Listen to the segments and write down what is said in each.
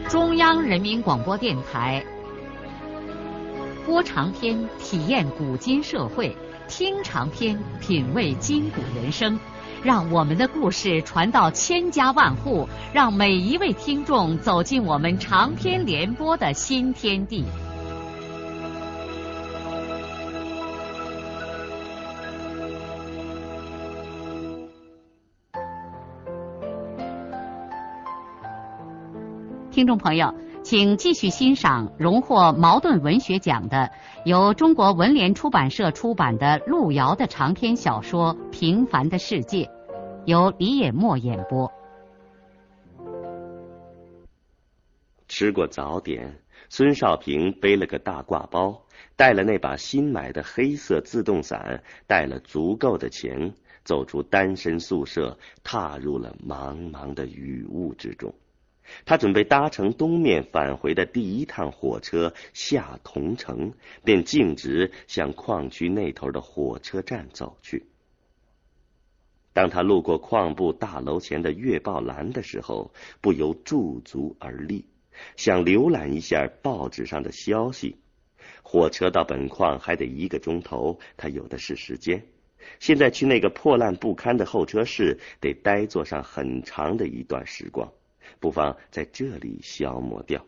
中央人民广播电台。播长篇，体验古今社会；听长篇，品味今古人生。让我们的故事传到千家万户，让每一位听众走进我们长篇联播的新天地。听众朋友，请继续欣赏荣获茅盾文学奖的由中国文联出版社出版的路遥的长篇小说《平凡的世界》，由李野墨演播。 吃过早点，孙少平背了个大挂包，带了那把新买的黑色自动伞，带了足够的钱，走出单身宿舍，踏入了茫茫的雨雾之中。他准备搭乘东面返回的第一趟火车下桐城，便径直向矿区那头的火车站走去。当他路过矿部大楼前的月报栏的时候，不由驻足而立，想浏览一下报纸上的消息。火车到本矿还得1个钟头，他有的是时间。现在去那个破烂不堪的候车室，得呆坐上很长的一段时光，不妨在这里消磨掉。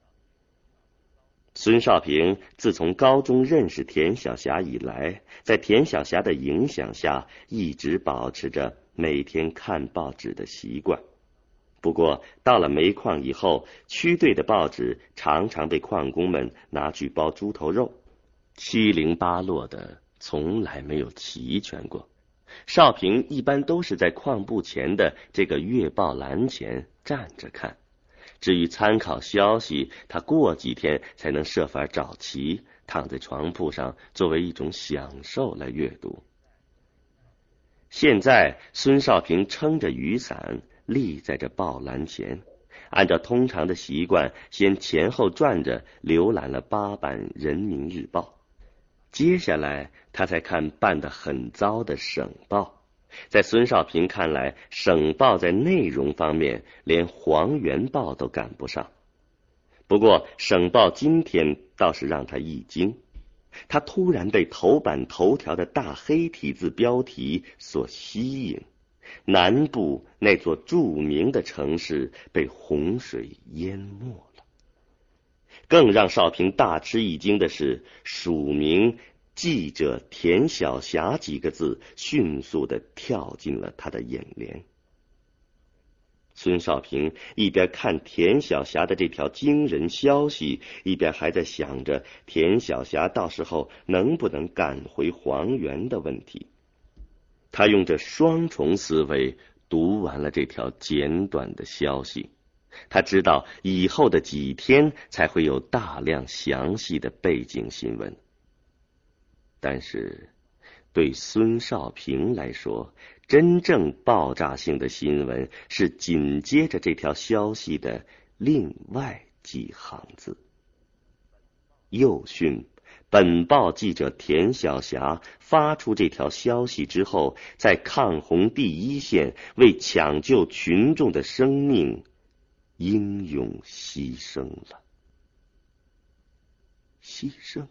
孙少平自从高中认识田晓霞以来，在田晓霞的影响下，一直保持着每天看报纸的习惯。不过到了煤矿以后，区队的报纸常常被矿工们拿去包猪头肉，七零八落的，从来没有齐全过。少平一般都是在矿部前的这个月报栏前站着看，至于参考消息，他过几天才能设法找齐，躺在床铺上作为一种享受来阅读。现在孙少平撑着雨伞立在这报栏前，按照通常的习惯，先前后转着浏览了8版人民日报，接下来他才看办得很糟的省报。在孙少平看来，省报在内容方面连黄原报都赶不上。不过省报今天倒是让他一惊，他突然被头版头条的大黑体字标题所吸引，南部那座著名的城市被洪水淹没了。更让少平大吃一惊的是，署名记者田晓霞几个字迅速地跳进了他的眼帘。孙少平一边看田晓霞的这条惊人消息，一边还在想着田晓霞到时候能不能赶回黄原的问题。他用这双重思维读完了这条简短的消息，他知道以后的几天才会有大量详细的背景新闻。但是对孙少平来说，真正爆炸性的新闻是紧接着这条消息的另外几行字。又讯本报记者田晓霞发出这条消息之后，在抗洪第一线为抢救群众的生命英勇牺牲了。牺牲？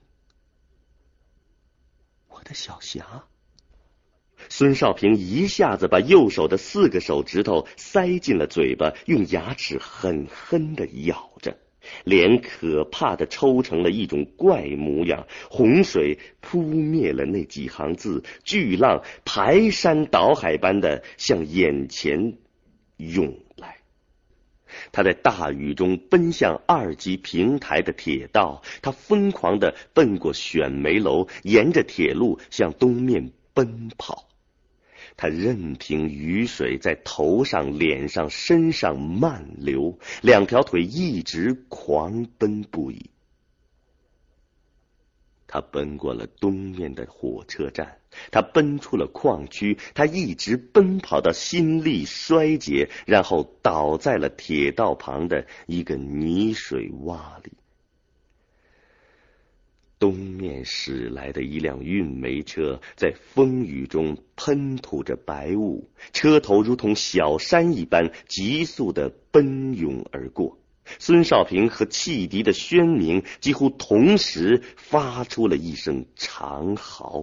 我的小霞！孙少平一下子把右手的4个手指头塞进了嘴巴，用牙齿狠狠地咬着，脸可怕地抽成了一种怪模样。洪水扑灭了那几行字，巨浪排山倒海般的向眼前涌来。他在大雨中奔向2级平台的铁道，他疯狂地奔过选煤楼，沿着铁路向东面奔跑。他任凭雨水在头上、脸上、身上漫流，2条腿一直狂奔不已。他奔过了东面的火车站，他奔出了矿区，他一直奔跑到心力衰竭，然后倒在了铁道旁的一个泥水洼里。东面驶来的一辆运煤车在风雨中喷吐着白雾，车头如同小山一般急速地奔涌而过。 孙少平和汽笛的喧鸣几乎同时发出了一声长嚎。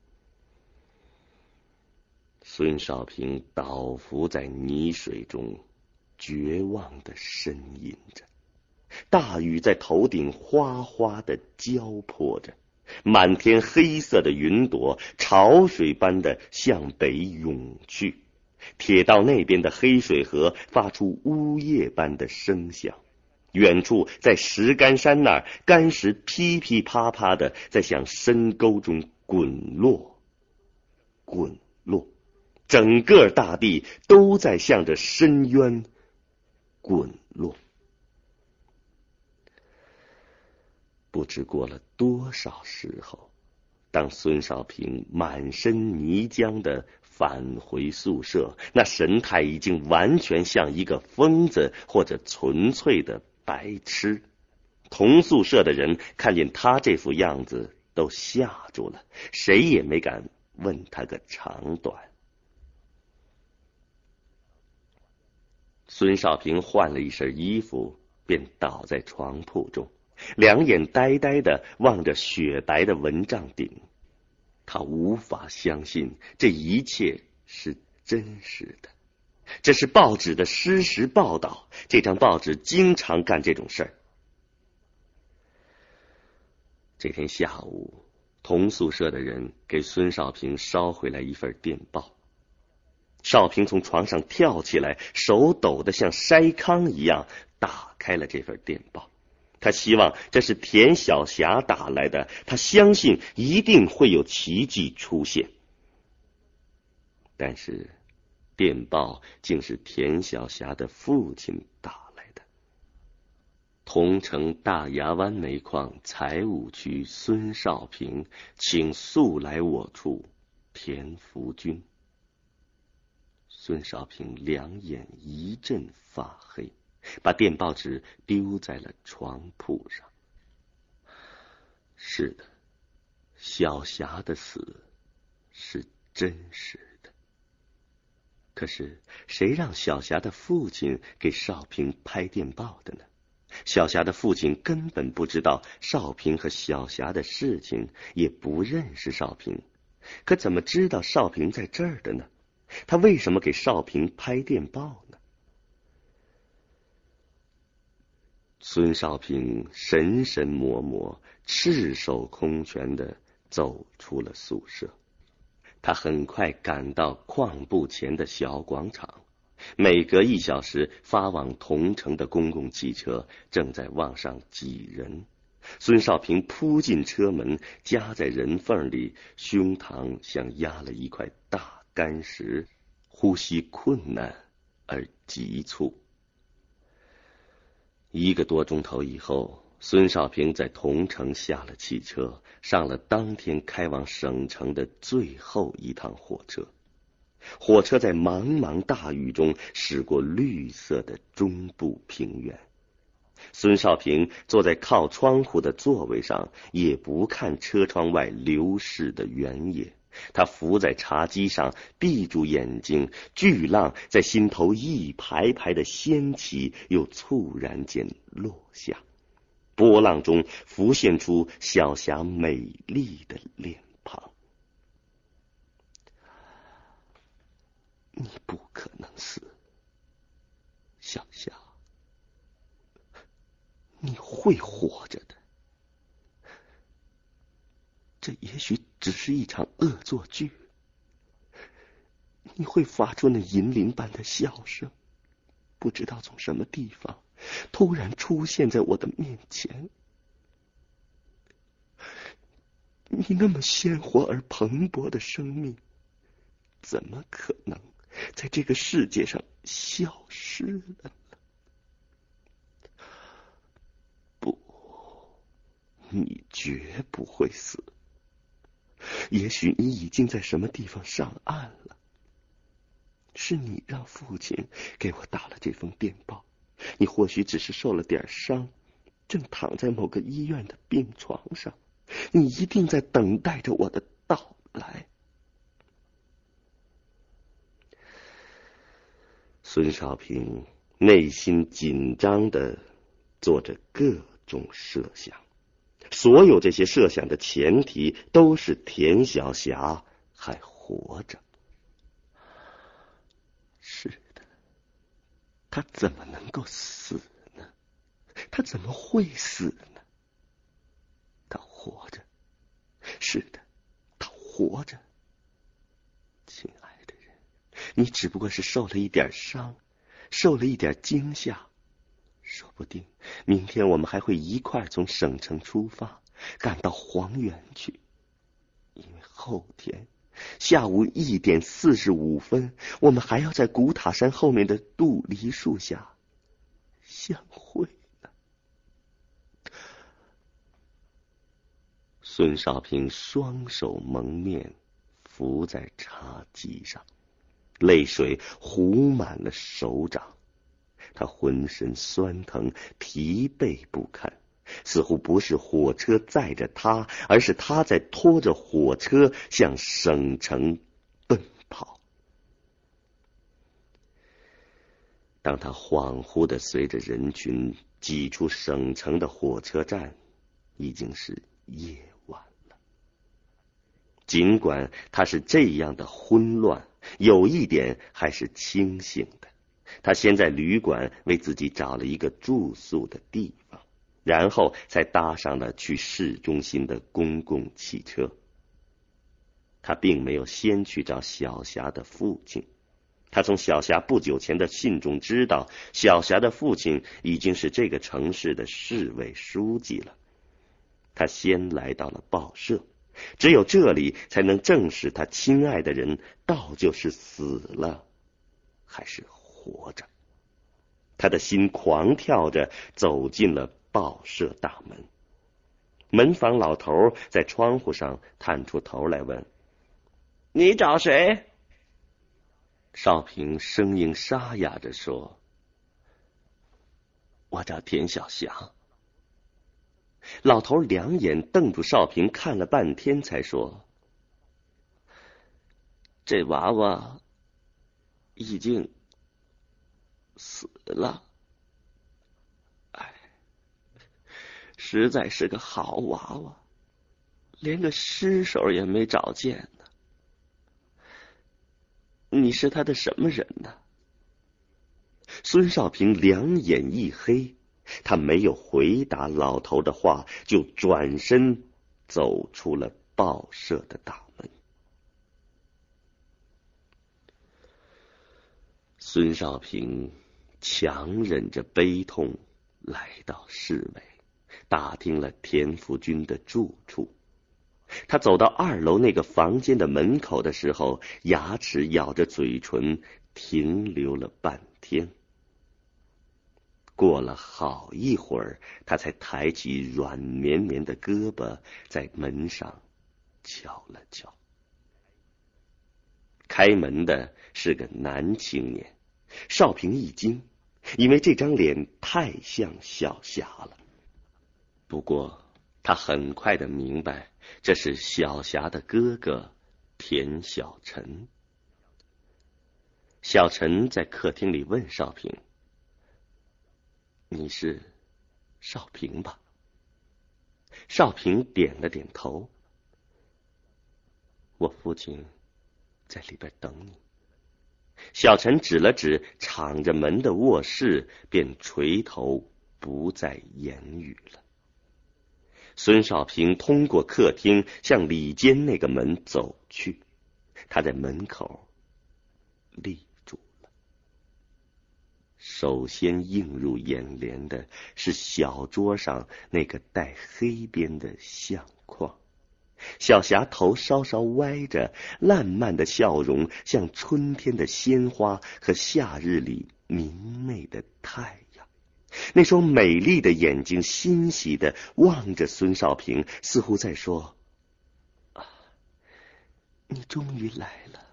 孙少平倒伏在泥水中，绝望地呻吟着。大雨在头顶哗哗地浇泼着，满天黑色的云朵潮水般的向北涌去，铁道那边的黑水河发出呜咽般的声响。远处在石干山那儿，干石噼噼啪啪的在向深沟中滚落，滚落，整个大地都在向着深渊滚落。不知过了多少时候，当孙少平满身泥浆的返回宿舍，那神态已经完全像一个疯子或者纯粹的白痴。同宿舍的人看见他这副样子都吓住了，谁也没敢问他个长短。孙少平换了一身衣服，便倒在床铺中，两眼呆呆地望着雪白的蚊帐顶。他无法相信这一切是真实的，这是报纸的事实报道，这张报纸经常干这种事儿。这天下午，同宿舍的人给孙少平捎回来一份电报。少平从床上跳起来，手抖得像筛糠一样，打开了这份电报。他希望这是田晓霞打来的，他相信一定会有奇迹出现。但是电报竟是田晓霞的父亲打来的。桐城大牙湾煤矿财务区孙少平，请速来我处，田福军。孙少平两眼一阵发黑，把电报纸丢在了床铺上。是的，小霞的死是真实的。可是谁让小霞的父亲给少平拍电报的呢？小霞的父亲根本不知道少平和小霞的事情，也不认识少平，可怎么知道少平在这儿的呢？他为什么给少平拍电报呢？孙少平神神魔魔、赤手空拳地走出了宿舍。他很快赶到矿部前的小广场，每隔1小时发往桐城的公共汽车正在往上挤人。孙少平扑进车门，夹在人缝里，胸膛像压了一块大干石，呼吸困难而急促。1个多钟头以后，孙少平在桐城下了汽车，上了当天开往省城的最后一趟火车。火车在茫茫大雨中驶过绿色的中部平原。孙少平坐在靠窗户的座位上，也不看车窗外流逝的原野。他伏在茶几上，闭住眼睛，巨浪在心头一排排的掀起，又猝然间落下。波浪中浮现出小霞美丽的脸庞。你不可能死，小霞，你会活着的。这也许只是一场恶作剧，你会发出那银铃般的笑声，不知道从什么地方突然出现在我的面前。你那么鲜活而蓬勃的生命，怎么可能在这个世界上消失了呢？不，你绝不会死。也许你已经在什么地方上岸了。是你让父亲给我打了这封电报。你或许只是受了点伤，正躺在某个医院的病床上。你一定在等待着我的到来。孙少平内心紧张地做着各种设想，所有这些设想的前提都是田晓霞还活着。是的，他怎么能够死呢？他怎么会死呢？他活着，是的，他活着。亲爱的人，你只不过是受了一点伤，受了一点惊吓，说不定明天我们还会一块从省城出发，赶到黄原去，因为后天下午1点45分，我们还要在古塔山后面的杜梨树下相会呢。孙少平双手蒙面，伏在茶几上，泪水糊满了手掌。他浑身酸疼，疲惫不堪，似乎不是火车载着他，而是他在拖着火车向省城奔跑。当他恍惚地随着人群挤出省城的火车站，已经是夜晚了。尽管他是这样的混乱，有一点还是清醒的。他先在旅馆为自己找了一个住宿的地方，然后才搭上了去市中心的公共汽车。他并没有先去找小霞的父亲，他从小霞不久前的信中知道，小霞的父亲已经是这个城市的市委书记了。他先来到了报社，只有这里才能证实他亲爱的人到底是死了还是活着。他的心狂跳着走进了报社大门。门房老头在窗户上探出头来问：“你找谁？”少平声音沙哑着说：“我找田晓霞。”老头两眼瞪住少平看了半天，才说：“这娃娃已经死了，哎，实在是个好娃娃，连个尸首也没找见呢。你是他的什么人呢？”孙少平两眼一黑，他没有回答老头的话，就转身走出了报社的大门。孙少平强忍着悲痛来到市委，打听了田福军的住处。他走到2楼那个房间的门口的时候，牙齿咬着嘴唇，停留了半天。过了好一会儿，他才抬起软绵绵的胳膊，在门上敲了敲。开门的是个男青年。少平一惊，因为这张脸太像小霞了。不过他很快的明白，这是小霞的哥哥田小晨。小陈在客厅里问少平：“你是少平吧？”少平点了点头：“我父亲在里边等你。”小陈指了指敞着门的卧室，便垂头不再言语了。孙少平通过客厅向里间那个门走去，他在门口立住了。首先映入眼帘的是小桌上那个带黑边的相框。小霞头稍稍歪着，烂漫的笑容像春天的鲜花和夏日里明媚的太阳。那双美丽的眼睛欣喜地望着孙少平，似乎在说：“啊，你终于来了。”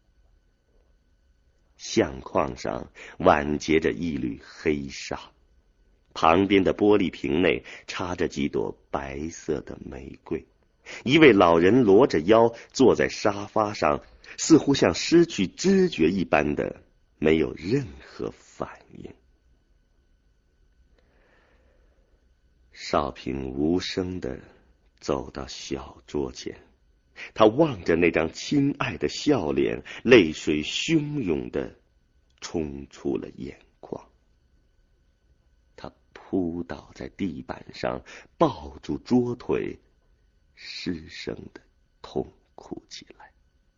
相框上挽结着一缕黑纱，旁边的玻璃瓶内插着几朵白色的玫瑰。一位老人罗着腰坐在沙发上，似乎像失去知觉一般的没有任何反应。 少平无声地走到小桌前，他望着那张亲爱的笑脸，泪水汹涌地冲出了眼眶。他扑倒在地板上，抱住桌腿，失声地痛哭起来。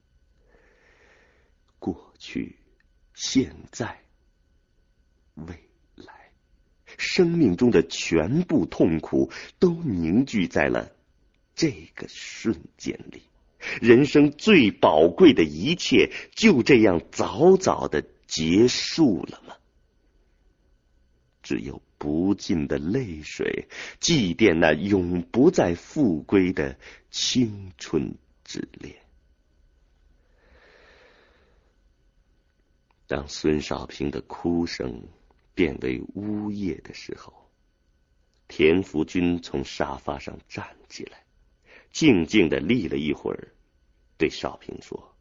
过去、现在、未来，生命中的全部痛苦都凝聚在了这个瞬间里。人生最宝贵的一切就这样早早的结束了吗？只有不尽的泪水祭奠那永不再复归的青春之恋。当孙少平的哭声变为呜咽的时候，田福军从沙发上站起来，静静地立了一会儿，对少平说：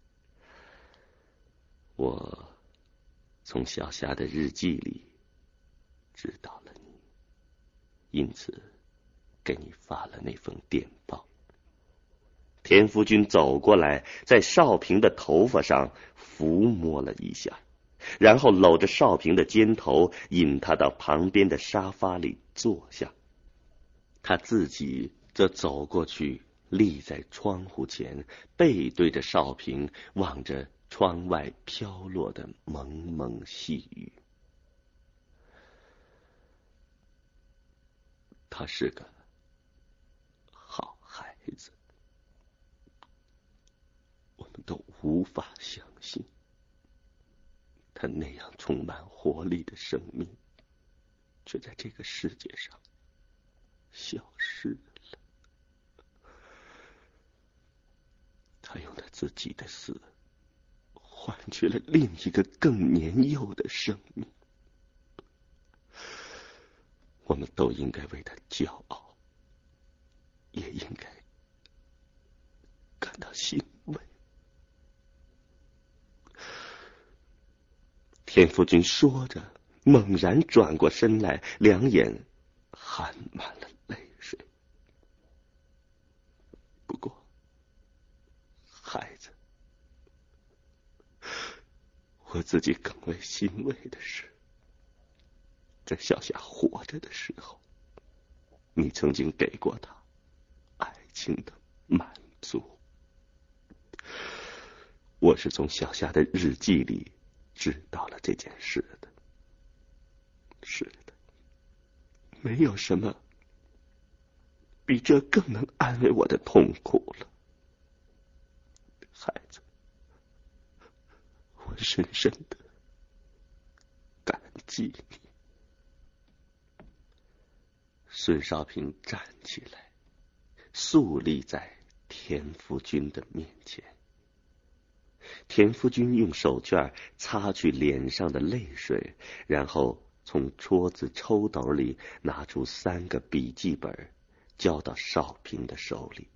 我从小霞的日记里知道了你，因此给你发了那封电报。田福军走过来，在少平的头发上抚摸了一下，然后搂着少平的肩头，引他到旁边的沙发里坐下。他自己则走过去，立在窗户前，背对着少平，望着窗外飘落的蒙蒙细雨。他是个好孩子，我们都无法相信，他那样充满活力的生命，却在这个世界上消失了。他用他自己的死换取了另一个更年幼的生命。我们都应该为他骄傲，也应该感到欣慰。田福军说着，猛然转过身来，两眼含满了泪水。不过，孩子，我自己更为欣慰的是，在小霞活着的时候，你曾经给过她爱情的满足。我是从小霞的日记里知道了这件事的。是的，没有什么比这更能安慰我的痛苦了。孩子，我深深的感激你。孙少平站起来，肃立在田福军的面前。田福军用手绢擦去脸上的泪水，然后从戳子抽斗里拿出3个笔记本，交到少平的手里。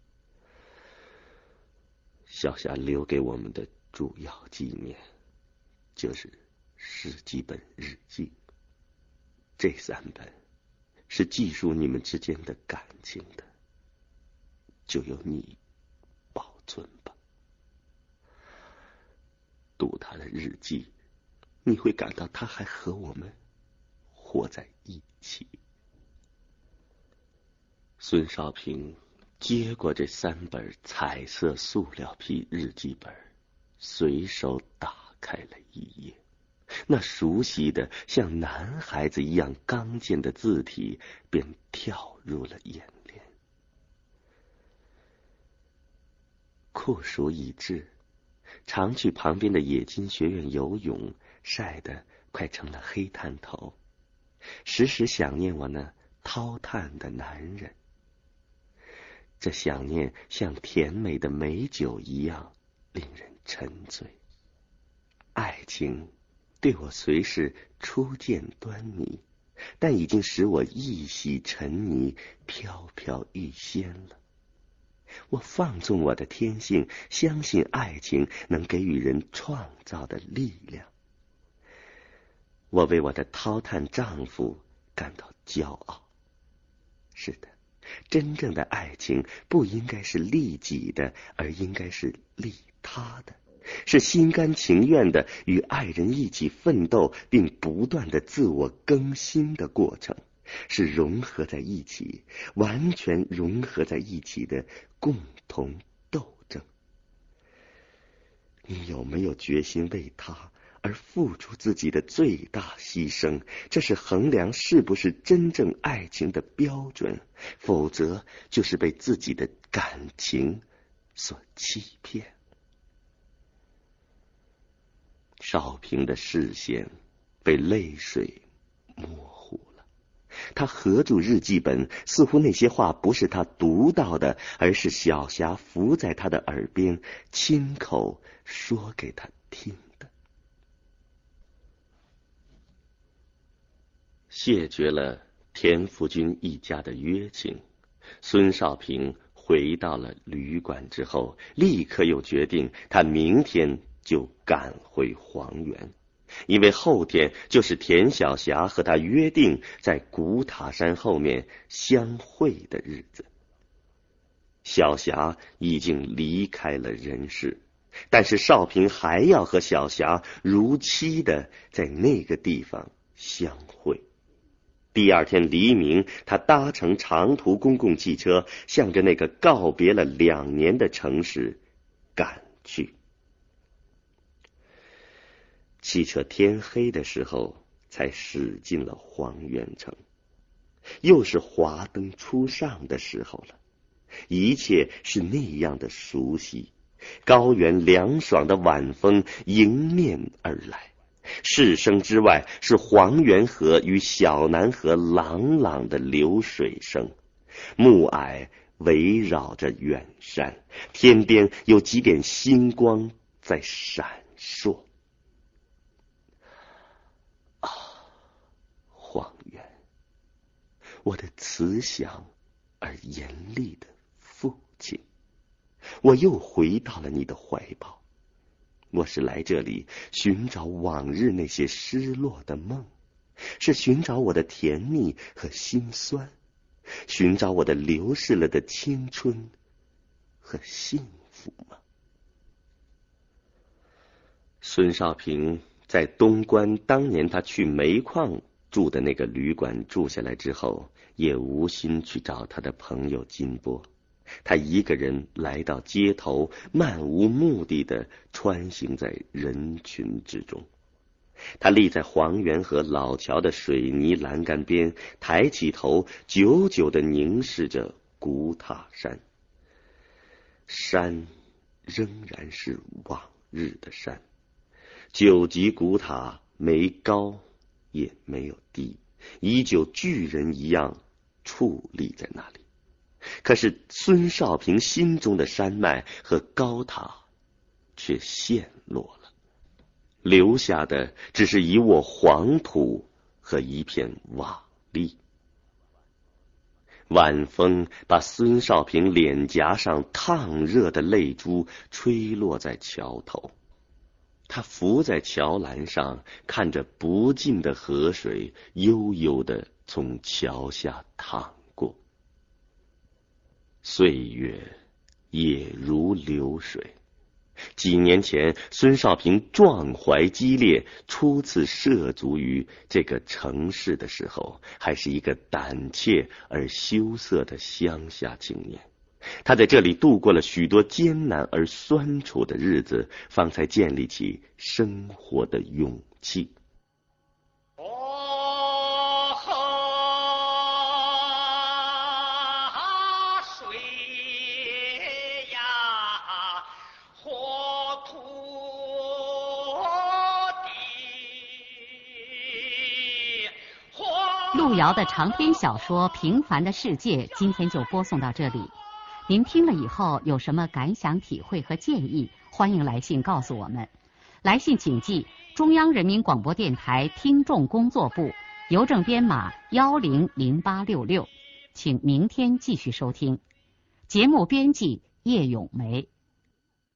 小霞留给我们的主要纪念，就是10几本日记。这3本是记述你们之间的感情的，就由你保存吧。读他的日记，你会感到他还和我们活在一起。孙少平接过这3本彩色塑料皮日记本，随手打开了一页。那熟悉的像男孩子一样刚健的字体便跳入了眼帘。酷暑已至，常去旁边的冶金学院游泳，晒得快成了黑炭头，时时想念我那掏炭的男人。这想念像甜美的美酒一样令人沉醉。爱情对我虽是初见端倪，但已经使我一洗尘泥，飘飘欲仙了。我放纵我的天性，相信爱情能给予人创造的力量。我为我的掏炭丈夫感到骄傲， 是的，真正的爱情不应该是利己的，而应该是利他的，是心甘情愿的与爱人一起奋斗，并不断的自我更新的过程，是融合在一起，完全融合在一起的共同斗争。你有没有决心为他而付出自己的最大牺牲？这是衡量是不是真正爱情的标准，否则就是被自己的感情所欺骗。少平的视线被泪水模糊了，他合住日记本，似乎那些话不是他读到的，而是小霞伏在他的耳边亲口说给他听的。谢绝了田福军一家的约请，孙少平回到了旅馆之后，立刻又决定他明天就赶回黄原，因为后天就是田晓霞和他约定在古塔山后面相会的日子。小霞已经离开了人世，但是少平还要和小霞如期的在那个地方相会。第二天黎明，他搭乘长途公共汽车，向着那个告别了2年的城市赶去。汽车天黑的时候才驶进了黄原城，又是华灯初上的时候了，一切是那样的熟悉，高原凉爽的晚风迎面而来，市声之外是黄原河与小南河朗朗的流水声，暮霭围绕着远山，天边有几点星光在闪烁。黄原，我的慈祥而严厉的父亲，我又回到了你的怀抱。我是来这里寻找往日那些失落的梦，是寻找我的甜蜜和心酸，寻找我的流逝了的青春和幸福吗？孙少平在东关当年他去煤矿住的那个旅馆住下来之后，也无心去找他的朋友金波。他一个人来到街头，漫无目的地穿行在人群之中。他立在黄原河老桥的水泥栏杆边，抬起头，久久地凝视着古塔山。山仍然是往日的山，9级古塔没高也没有低，依旧巨人一样矗立在那里。可是孙少平心中的山脉和高塔却陷落了，留下的只是一窝黄土和一片瓦砾。晚风把孙少平脸颊上烫热的泪珠吹落在桥头，他伏在桥栏上，看着不尽的河水悠悠地从桥下淌过。岁月也如流水，几年前孙少平壮怀激烈，初次涉足于这个城市的时候，还是一个胆怯而羞涩的乡下青年。他在这里度过了许多艰难而酸楚的日子，方才建立起生活的勇气。 路遥的长篇小说《平凡的世界》今天就播送到这里。您听了以后有什么感想、体会和建议，欢迎来信告诉我们。来信请寄中央人民广播电台听众工作部，邮政编码100866，请明天继续收听。节目编辑叶咏梅。